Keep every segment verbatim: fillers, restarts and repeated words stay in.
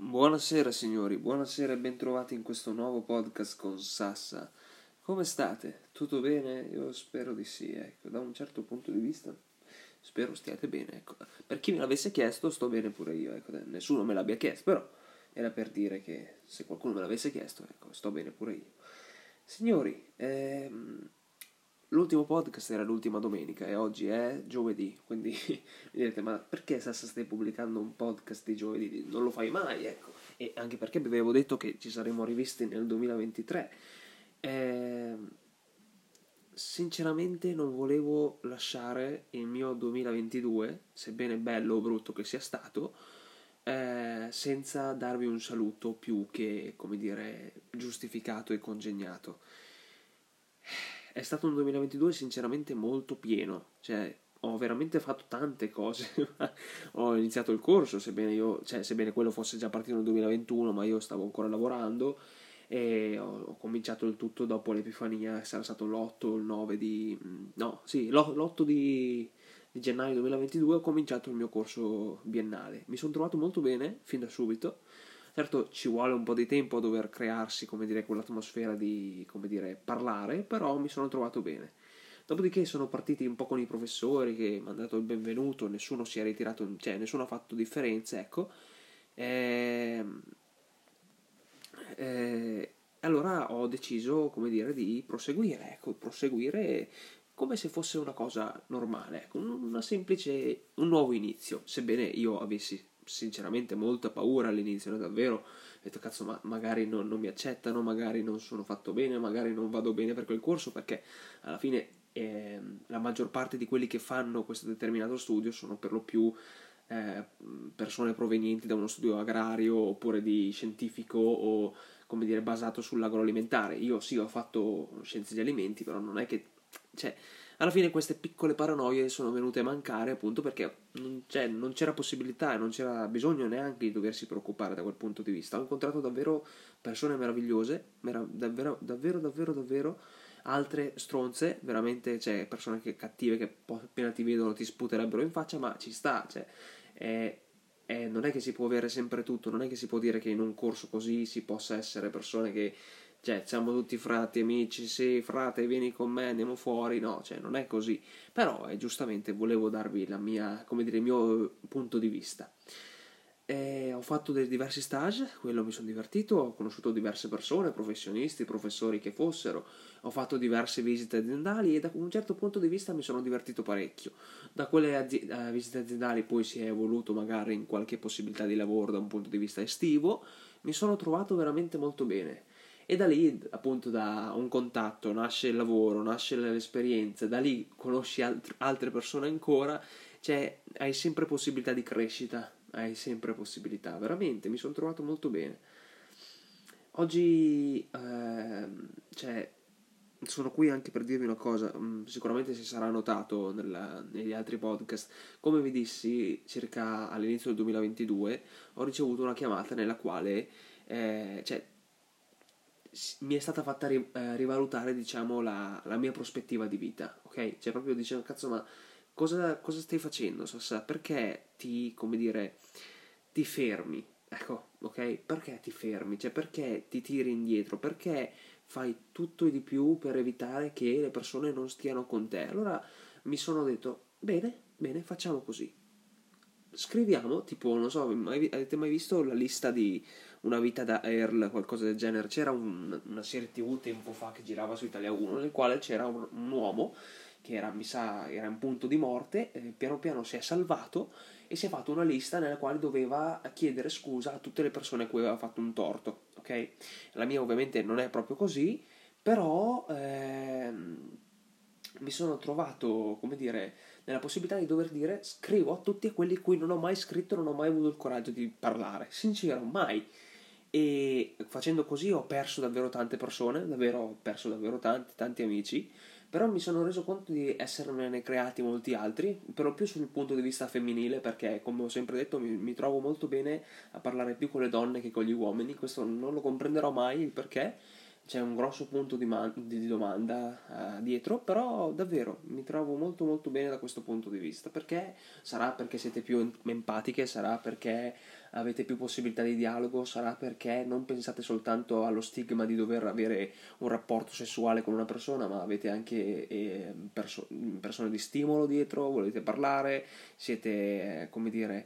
Buonasera signori, buonasera e bentrovati in questo nuovo podcast con Sassa. Come state? Tutto bene? Io spero di sì, ecco, da un certo punto di vista spero stiate bene, ecco. Per chi me l'avesse chiesto, sto bene pure io, ecco, nessuno me l'abbia chiesto, però era per dire che se qualcuno me l'avesse chiesto, ecco, sto bene pure io. Signori, ehm, l'ultimo podcast era l'ultima domenica e oggi è giovedì, quindi mi direte, ma perché Sassa stai pubblicando un podcast di giovedì? Non lo fai mai, ecco. E anche perché vi avevo detto che ci saremmo rivisti nel duemilaventitré. Eh, sinceramente non volevo lasciare il mio duemilaventidue, sebbene bello o brutto che sia stato, eh, senza darvi un saluto più che, come dire, giustificato e congegnato. È stato un duemilaventidue sinceramente molto pieno, cioè ho veramente fatto tante cose. Ho iniziato il corso, sebbene, io, cioè, sebbene quello fosse già partito nel duemilaventuno, ma io stavo ancora lavorando e ho, ho cominciato il tutto dopo l'Epifania, sarà stato l'otto o il nove di... no, sì, l'otto di, di gennaio duemilaventidue ho cominciato il mio corso biennale. Mi sono trovato molto bene fin da subito. Certo ci vuole un po' di tempo a dover crearsi, come dire, quell'atmosfera di, come dire, parlare, però mi sono trovato bene. Dopodiché sono partiti un po' con i professori che mi hanno dato il benvenuto, nessuno si è ritirato, cioè nessuno ha fatto differenze, ecco. E, e, allora ho deciso, come dire, di proseguire, ecco, proseguire come se fosse una cosa normale, ecco, una semplice, un nuovo inizio, sebbene io avessi sinceramente molta paura all'inizio, no? Davvero, ho detto cazzo, ma magari non, non mi accettano, magari non sono fatto bene, magari non vado bene per quel corso, perché alla fine eh, la maggior parte di quelli che fanno questo determinato studio sono per lo più eh, persone provenienti da uno studio agrario oppure di scientifico o, come dire, basato sull'agroalimentare. Io sì, ho fatto scienze di alimenti, però non è che, cioè, alla fine queste piccole paranoie sono venute a mancare appunto perché non, cioè, non c'era possibilità e non c'era bisogno neanche di doversi preoccupare da quel punto di vista. Ho incontrato davvero persone meravigliose, merav- davvero, davvero, davvero, davvero, altre stronze, veramente, cioè, persone che, cattive che appena ti vedono ti sputerebbero in faccia, ma ci sta, cioè, è, è, non è che si può avere sempre tutto, non è che si può dire che in un corso così si possa essere persone che, cioè, siamo tutti frati, amici, sì, frate, vieni con me, andiamo fuori, no, cioè, non è così. Però, eh, giustamente, volevo darvi la mia, come dire, il mio punto di vista. E ho fatto dei diversi stage, quello mi sono divertito, ho conosciuto diverse persone, professionisti, professori che fossero, ho fatto diverse visite aziendali e da un certo punto di vista mi sono divertito parecchio. Da quelle azi- eh, visite aziendali poi si è evoluto magari in qualche possibilità di lavoro da un punto di vista estivo, mi sono trovato veramente molto bene. E da lì, appunto, da un contatto nasce il lavoro, nasce l'esperienza, da lì conosci alt- altre persone ancora, cioè hai sempre possibilità di crescita, hai sempre possibilità, veramente, mi sono trovato molto bene. Oggi, ehm, cioè, sono qui anche per dirvi una cosa, mm, sicuramente si sarà notato nella- negli altri podcast, come vi dissi circa all'inizio del duemilaventidue, ho ricevuto una chiamata nella quale, eh, cioè, mi è stata fatta ri- eh, rivalutare, diciamo, la, la mia prospettiva di vita, ok? Cioè, proprio dicendo, cazzo, ma cosa, cosa stai facendo, Sassa? Perché ti, come dire, ti fermi? Ecco, ok? Perché ti fermi? Cioè, perché ti tiri indietro? Perché fai tutto e di più per evitare che le persone non stiano con te? Allora mi sono detto, bene, bene, facciamo così. Scriviamo, tipo, non so, mai- avete mai visto la lista di Una vita da Earl, qualcosa del genere? C'era un- una serie tivù tempo fa che girava su Italia uno, nel quale c'era un, un uomo che era, mi sa, era in punto di morte, eh, piano piano si è salvato e si è fatto una lista nella quale doveva chiedere scusa a tutte le persone a cui aveva fatto un torto, ok? La mia ovviamente non è proprio così, però ehm, mi sono trovato, come dire, nella possibilità di dover dire scrivo a tutti a quelli a cui non ho mai scritto, non ho mai avuto il coraggio di parlare, sincero, mai. E facendo così ho perso davvero tante persone, davvero ho perso davvero tanti, tanti amici, però mi sono reso conto di esserne creati molti altri, per lo più sul punto di vista femminile, perché come ho sempre detto mi, mi trovo molto bene a parlare più con le donne che con gli uomini, questo non lo comprenderò mai il perché, c'è un grosso punto di, man- di domanda eh, dietro, però davvero mi trovo molto molto bene da questo punto di vista, perché sarà perché siete più em- empatiche, sarà perché avete più possibilità di dialogo, sarà perché non pensate soltanto allo stigma di dover avere un rapporto sessuale con una persona, ma avete anche eh, perso- persone di stimolo dietro, volete parlare, siete, eh, come dire,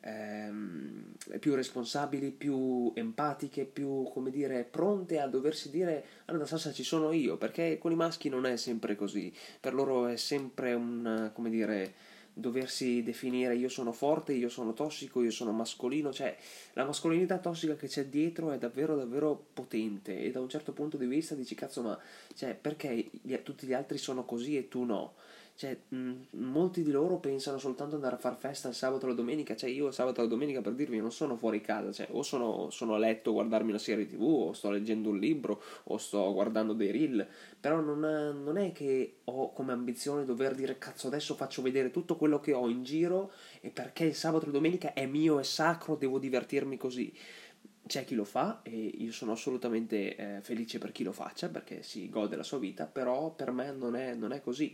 ehm, più responsabili, più empatiche, più, come dire, pronte a doversi dire allora Sassa ci sono io, perché con i maschi non è sempre così, per loro è sempre un, come dire, doversi definire io sono forte, io sono tossico, io sono mascolino, cioè la mascolinità tossica che c'è dietro è davvero davvero potente e da un certo punto di vista dici cazzo ma cioè, perché gli- tutti gli altri sono così e tu no? Cioè, mh, molti di loro pensano soltanto ad andare a far festa il sabato e la domenica. Cioè, io il sabato e la domenica, per dirvi, non sono fuori casa. Cioè, o sono, sono a letto a guardarmi una serie tivù, o sto leggendo un libro, o sto guardando dei reel. Però non, è- non è che ho come ambizione dover dire cazzo adesso faccio vedere tutto quello che ho in giro e perché il sabato e la domenica è mio, è sacro, devo divertirmi così. C'è chi lo fa e io sono assolutamente eh, felice per chi lo faccia perché si gode la sua vita, però per me non è, non è così.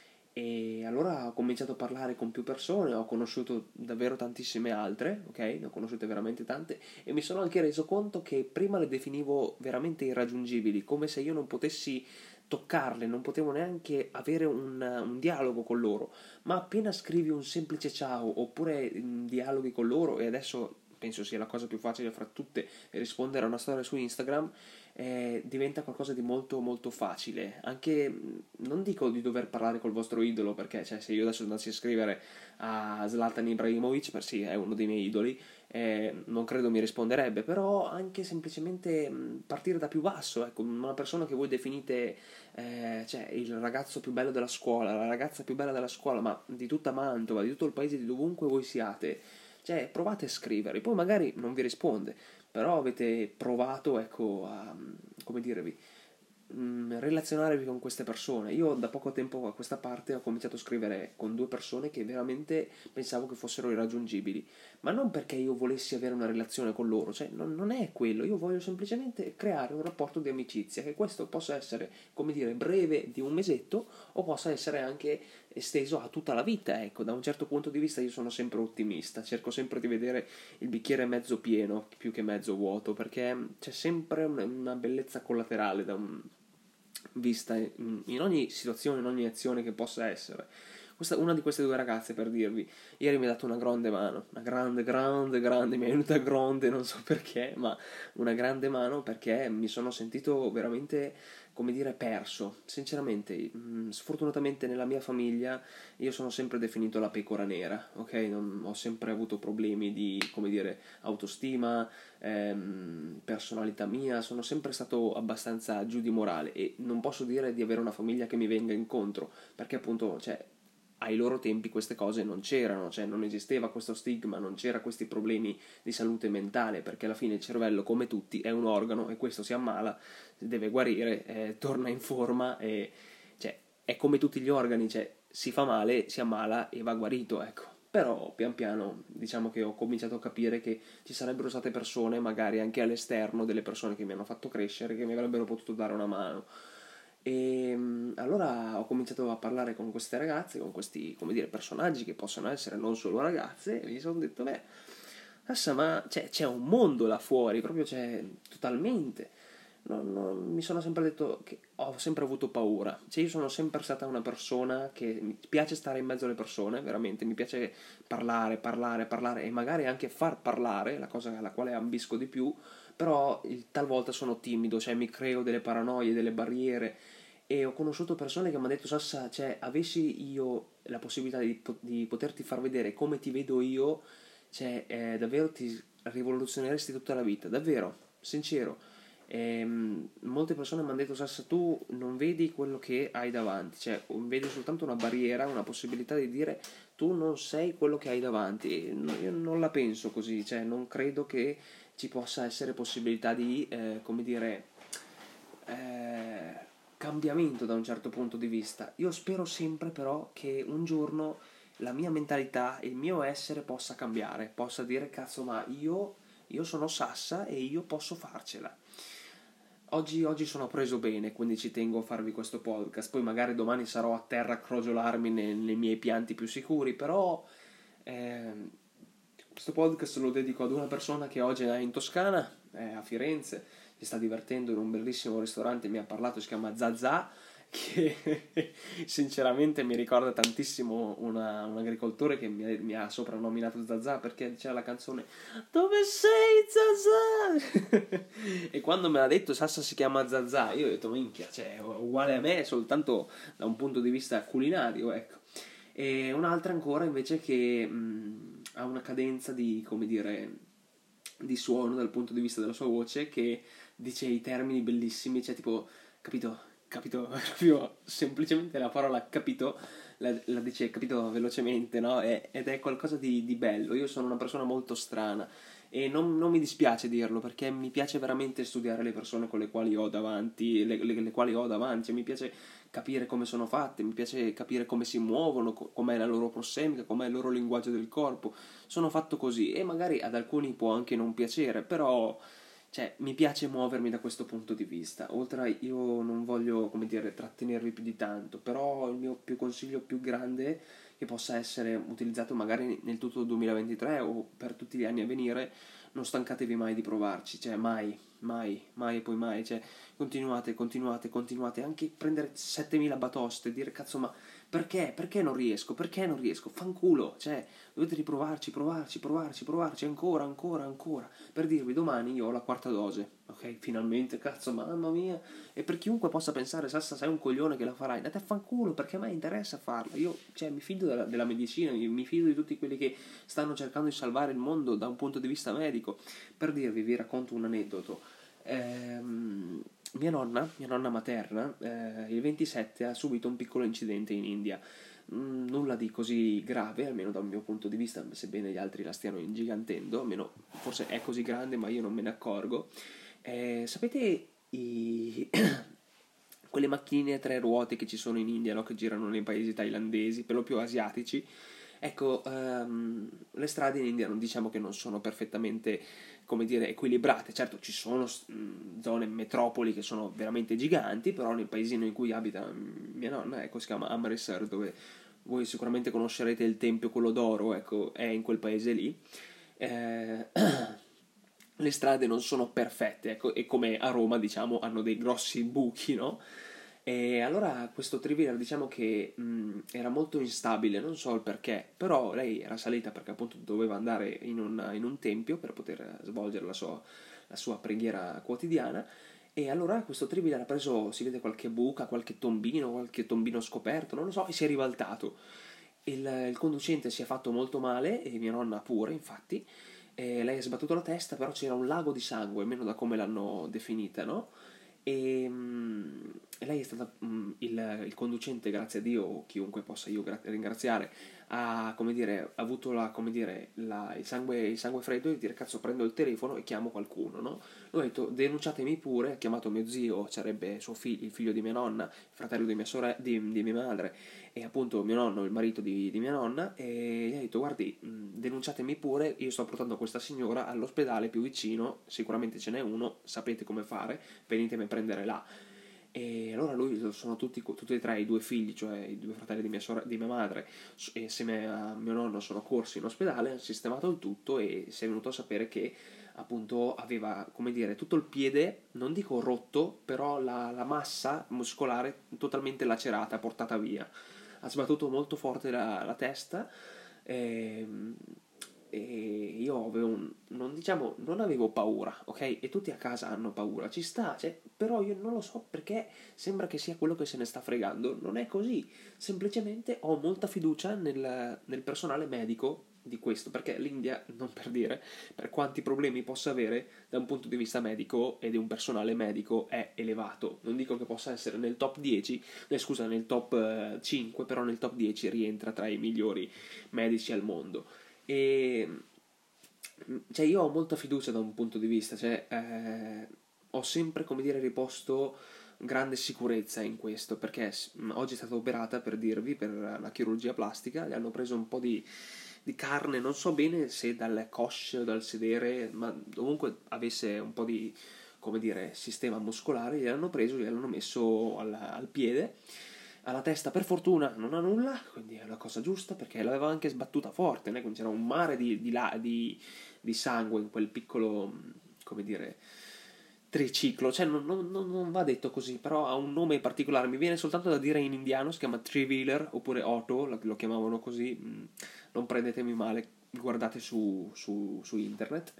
E allora ho cominciato a parlare con più persone, ho conosciuto davvero tantissime altre, ok? Ne ho conosciute veramente tante e mi sono anche reso conto che prima le definivo veramente irraggiungibili, come se io non potessi toccarle, non potevo neanche avere un, un dialogo con loro, ma appena scrivi un semplice ciao oppure mm, dialoghi con loro e adesso penso sia la cosa più facile fra tutte rispondere a una storia su Instagram, eh, diventa qualcosa di molto molto facile. Anche mh, non dico di dover parlare col vostro idolo, perché cioè, se io adesso andassi a scrivere a Zlatan Ibrahimovic, per sì, è uno dei miei idoli, eh, non credo mi risponderebbe, però anche semplicemente mh, partire da più basso, ecco, una persona che voi definite eh, cioè, il ragazzo più bello della scuola, la ragazza più bella della scuola, ma di tutta Mantova, di tutto il paese, di dovunque voi siate. Cioè, provate a scrivere, poi magari non vi risponde, però avete provato, ecco, a, come dirvi, mh, relazionarvi con queste persone. Io da poco tempo a questa parte ho cominciato a scrivere con due persone che veramente pensavo che fossero irraggiungibili, ma non perché io volessi avere una relazione con loro, cioè non, non è quello, io voglio semplicemente creare un rapporto di amicizia, che questo possa essere, come dire, breve di un mesetto o possa essere anche esteso a tutta la vita, ecco, da un certo punto di vista io sono sempre ottimista, cerco sempre di vedere il bicchiere mezzo pieno più che mezzo vuoto, perché c'è sempre una bellezza collaterale da un, vista in, in ogni situazione, in ogni azione che possa essere. Questa, una di queste due ragazze, per dirvi, ieri mi ha dato una grande mano, una grande, grande, grande, mi è venuta grande, non so perché, ma una grande mano perché mi sono sentito veramente, come dire, perso. Sinceramente, mh, sfortunatamente nella mia famiglia io sono sempre definito la pecora nera, ok? Non, ho sempre avuto problemi di, come dire, autostima, ehm, personalità mia, sono sempre stato abbastanza giù di morale e non posso dire di avere una famiglia che mi venga incontro, perché appunto, cioè, ai loro tempi queste cose non c'erano, cioè non esisteva questo stigma, non c'era questi problemi di salute mentale, perché alla fine il cervello, come tutti, è un organo e questo si ammala, deve guarire, eh, torna in forma e cioè, è come tutti gli organi, cioè si fa male, si ammala e va guarito, ecco. Però pian piano diciamo che ho cominciato a capire che ci sarebbero state persone, magari anche all'esterno, delle persone che mi hanno fatto crescere, che mi avrebbero potuto dare una mano. E mm, allora ho cominciato a parlare con queste ragazze, con questi, come dire, personaggi che possono essere non solo ragazze, e mi sono detto, beh, Sassa, ma c'è, c'è un mondo là fuori, proprio c'è totalmente. Non- non- mi sono sempre detto che ho sempre avuto paura. Cioè, io sono sempre stata una persona che mi piace stare in mezzo alle persone, veramente, mi piace parlare, parlare, parlare e magari anche far parlare, la cosa alla quale ambisco di più, però il- talvolta sono timido, cioè mi creo delle paranoie, delle barriere e ho conosciuto persone che mi hanno detto Sassa, cioè avessi io la possibilità di, po- di poterti far vedere come ti vedo io, cioè eh, davvero ti rivoluzioneresti tutta la vita, davvero, sincero. Ehm, molte persone mi hanno detto Sassa tu non vedi quello che hai davanti, cioè vedi soltanto una barriera, una possibilità di dire tu non sei quello che hai davanti. E no- io non la penso così, cioè non credo che ci possa essere possibilità di, eh, come dire, eh, cambiamento da un certo punto di vista. Io spero sempre però che un giorno la mia mentalità, il mio essere possa cambiare, possa dire cazzo ma io, io sono Sassa e io posso farcela. Oggi, oggi sono preso bene, quindi ci tengo a farvi questo podcast. Poi magari domani sarò a terra a crogiolarmi nei, nei miei pianti più sicuri, però ehm, Questo podcast lo dedico ad una persona che oggi è in Toscana, è a Firenze, si sta divertendo in un bellissimo ristorante, mi ha parlato, si chiama Zazà, che sinceramente mi ricorda tantissimo una- un agricoltore che mi, mi ha soprannominato Zazà perché c'era la canzone Dove sei Zazà? E quando me l'ha detto Sassa si chiama Zazà, io ho detto minchia, cioè è uguale a me, soltanto da un punto di vista culinario, ecco. E un'altra ancora invece che mh, ha una cadenza di, come dire, di suono dal punto di vista della sua voce che dice i termini bellissimi, cioè tipo, capito, capito, proprio semplicemente la parola capito la, la dice capito velocemente, no? E- ed è qualcosa di, di bello. Io sono una persona molto strana e non, non mi dispiace dirlo perché mi piace veramente studiare le persone con le quali ho davanti, le, le- le quali ho davanti, cioè, mi piace capire come sono fatte, mi piace capire come si muovono, co- com'è la loro prossemica, com'è il loro linguaggio del corpo. Sono fatto così e magari ad alcuni può anche non piacere, però cioè, mi piace muovermi da questo punto di vista. Oltre a io non voglio, come dire, trattenervi più di tanto, però il mio più consiglio più grande che possa essere utilizzato magari nel tutto il duemilaventitré o per tutti gli anni a venire, non stancatevi mai di provarci, cioè mai, mai, mai e poi mai, cioè continuate, continuate, continuate, anche prendere settemila batoste e dire cazzo ma perché, perché non riesco, perché non riesco, fanculo, cioè dovete riprovarci, provarci, provarci, provarci ancora, ancora, ancora per dirvi domani io ho la quarta dose, ok? Finalmente, cazzo, mamma mia. E per chiunque possa pensare, Sassa, sei un coglione che la farai, andate a fanculo perché a me interessa farla. Io, cioè, mi fido della, della medicina, mi, mi fido di tutti quelli che stanno cercando di salvare il mondo da un punto di vista medico. Per dirvi, vi racconto un aneddoto. Ehm, mia nonna, mia nonna materna, eh, il ventisette ha subito un piccolo incidente in India. Mm, nulla di così grave, almeno dal mio punto di vista, sebbene gli altri la stiano ingigantendo, almeno forse è così grande ma io non me ne accorgo. Eh, sapete i... quelle macchinine a tre ruote che ci sono in India, no? Che girano nei paesi thailandesi, per lo più asiatici? Ecco, ehm, le strade in India non diciamo che non sono perfettamente, come dire, equilibrate. Certo, ci sono mh, zone, metropoli che sono veramente giganti, però nel paesino in cui abita mm, mia nonna, ecco, si chiama Amritsar, dove voi sicuramente conoscerete il Tempio quello d'oro, ecco, è in quel paese lì. Eh, le strade non sono perfette, ecco, e come a Roma, diciamo, hanno dei grossi buchi, no? E allora questo Trivier diciamo che mh, era molto instabile, non so il perché, però lei era salita perché appunto doveva andare in un, in un tempio per poter svolgere la sua, la sua preghiera quotidiana e allora questo Trivier ha preso, si vede qualche buca, qualche tombino, qualche tombino scoperto, non lo so, e si è ribaltato. Il, il conducente si è fatto molto male e mia nonna pure, infatti, e lei ha sbattuto la testa, però c'era un lago di sangue, almeno da come l'hanno definita, no? E, mm, e lei è stata mm, il, il conducente, grazie a Dio, o chiunque possa io gra- ringraziare, ha, come dire, ha avuto la, come dire, la- il, sangue, il sangue freddo di dire cazzo prendo il telefono e chiamo qualcuno, no? Lui ha detto denunciatemi pure, ha chiamato mio zio, sarebbe suo figlio, il figlio di mia nonna, il fratello di mia, sore- di, di mia madre e appunto mio nonno, il marito di, di mia nonna, e gli ha detto guardi, mh, denunciatemi pure, io sto portando questa signora all'ospedale più vicino, sicuramente ce n'è uno, sapete come fare, venitemi a prendere là. E allora lui, sono tutti, tutti e tre i due figli, cioè i due fratelli di mia, sore- di mia madre, e insieme a mio nonno sono corsi in ospedale, hanno sistemato il tutto e si è venuto a sapere che appunto aveva, come dire, tutto il piede, non dico rotto, però la, la massa muscolare totalmente lacerata, portata via. Ha sbattuto molto forte la, la testa e, e io avevo un, non diciamo, non avevo paura, ok? E tutti a casa hanno paura, ci sta, cioè, però io non lo so perché sembra che sia quello che se ne sta fregando, non è così, semplicemente ho molta fiducia nel, nel personale medico di questo, perché l'India, non per dire, per quanti problemi possa avere da un punto di vista medico e di un personale medico è elevato. Non dico che possa essere nel top dieci, eh, scusa, nel top eh, cinque, però nel top dieci rientra tra i migliori medici al mondo. E cioè io ho molta fiducia da un punto di vista, cioè eh, ho sempre, come dire, riposto grande sicurezza in questo, perché s- oggi è stata operata, per dirvi, per la chirurgia plastica, gli hanno preso un po' di, di carne, non so bene se dal cosce o dal sedere, ma comunque avesse un po' di, come dire, sistema muscolare, gliel'hanno preso, gliel'hanno messo al, al piede alla testa per fortuna non ha nulla, quindi è una cosa giusta, perché l'aveva anche sbattuta forte, né? Quindi c'era un mare di, di, la, di, di sangue in quel piccolo, come dire, triciclo, cioè non, non, non va detto così, però ha un nome particolare, mi viene soltanto da dire in indiano, si chiama three-wheeler, oppure auto, lo chiamavano così, non prendetemi male, guardate su, su, su internet.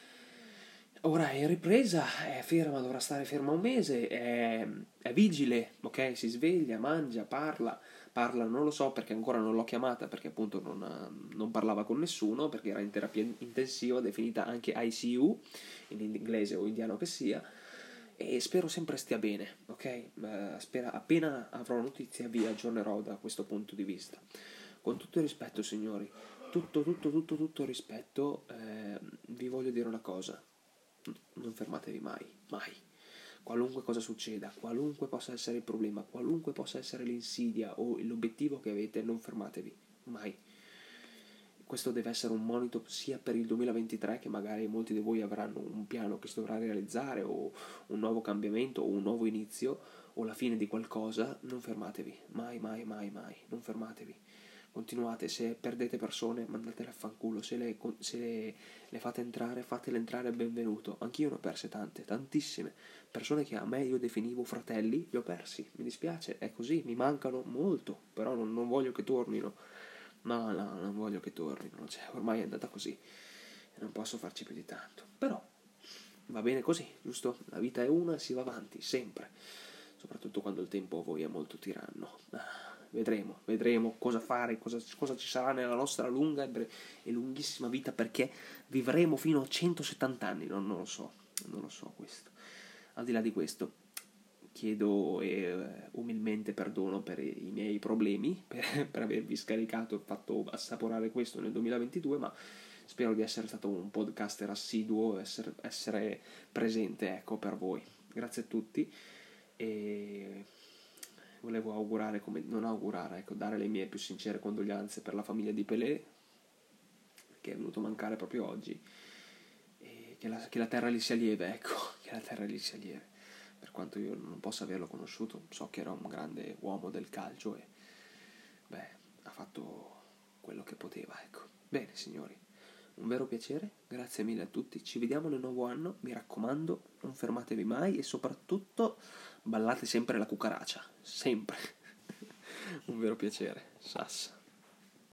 Ora è ripresa, è ferma, dovrà stare ferma un mese, è, è vigile, ok? Si sveglia, mangia, parla, parla, non lo so perché ancora non l'ho chiamata, perché appunto non, non parlava con nessuno, perché era in terapia intensiva, definita anche I C U, in inglese o indiano che sia, e spero sempre stia bene, ok? Uh, spera, appena avrò notizie vi aggiornerò da questo punto di vista. Con tutto il rispetto, signori, tutto, tutto, tutto, tutto il rispetto, eh, vi voglio dire una cosa. Non fermatevi mai, mai. Qualunque cosa succeda, qualunque possa essere il problema, qualunque possa essere l'insidia o l'obiettivo che avete, non fermatevi, mai. Questo deve essere un monito sia per il duemilaventitré, che magari molti di voi avranno un piano che si dovrà realizzare, o un nuovo cambiamento, o un nuovo inizio, o la fine di qualcosa. Non fermatevi, mai, mai, mai, mai, non fermatevi. Continuate, se perdete persone mandatele a fanculo, se, le, se le, le fate entrare, fatele entrare, benvenuto. Anch'io ne ho perse tante, tantissime persone che a me io definivo fratelli, li ho persi, mi dispiace, è così, mi mancano molto, però non, non voglio che tornino, no, no, non voglio che tornino, cioè, ormai è andata così, non posso farci più di tanto, però va bene così, giusto? La vita è una, si va avanti, sempre, soprattutto quando il tempo a voi è molto tiranno. Vedremo, vedremo cosa fare, cosa, cosa ci sarà nella nostra lunga e lunghissima vita, perché vivremo fino a centosettanta anni, non, non lo so, non lo so questo. Al di là di questo, chiedo eh, umilmente perdono per i miei problemi, per, per avervi scaricato e fatto assaporare questo nel duemilaventidue, ma spero di essere stato un podcaster assiduo, essere, essere presente, ecco, per voi. Grazie a tutti e volevo augurare, come non augurare, ecco, dare le mie più sincere condoglianze per la famiglia di Pelé, che è venuto a mancare proprio oggi, e che la, che la terra gli sia lieve, ecco, che la terra gli sia lieve. Per quanto io non possa averlo conosciuto, so che era un grande uomo del calcio e, beh, ha fatto quello che poteva, ecco. Bene, signori, un vero piacere, grazie mille a tutti, ci vediamo nel nuovo anno, mi raccomando, non fermatevi mai e soprattutto ballate sempre la cucaracia, sempre. Un vero piacere, Sas.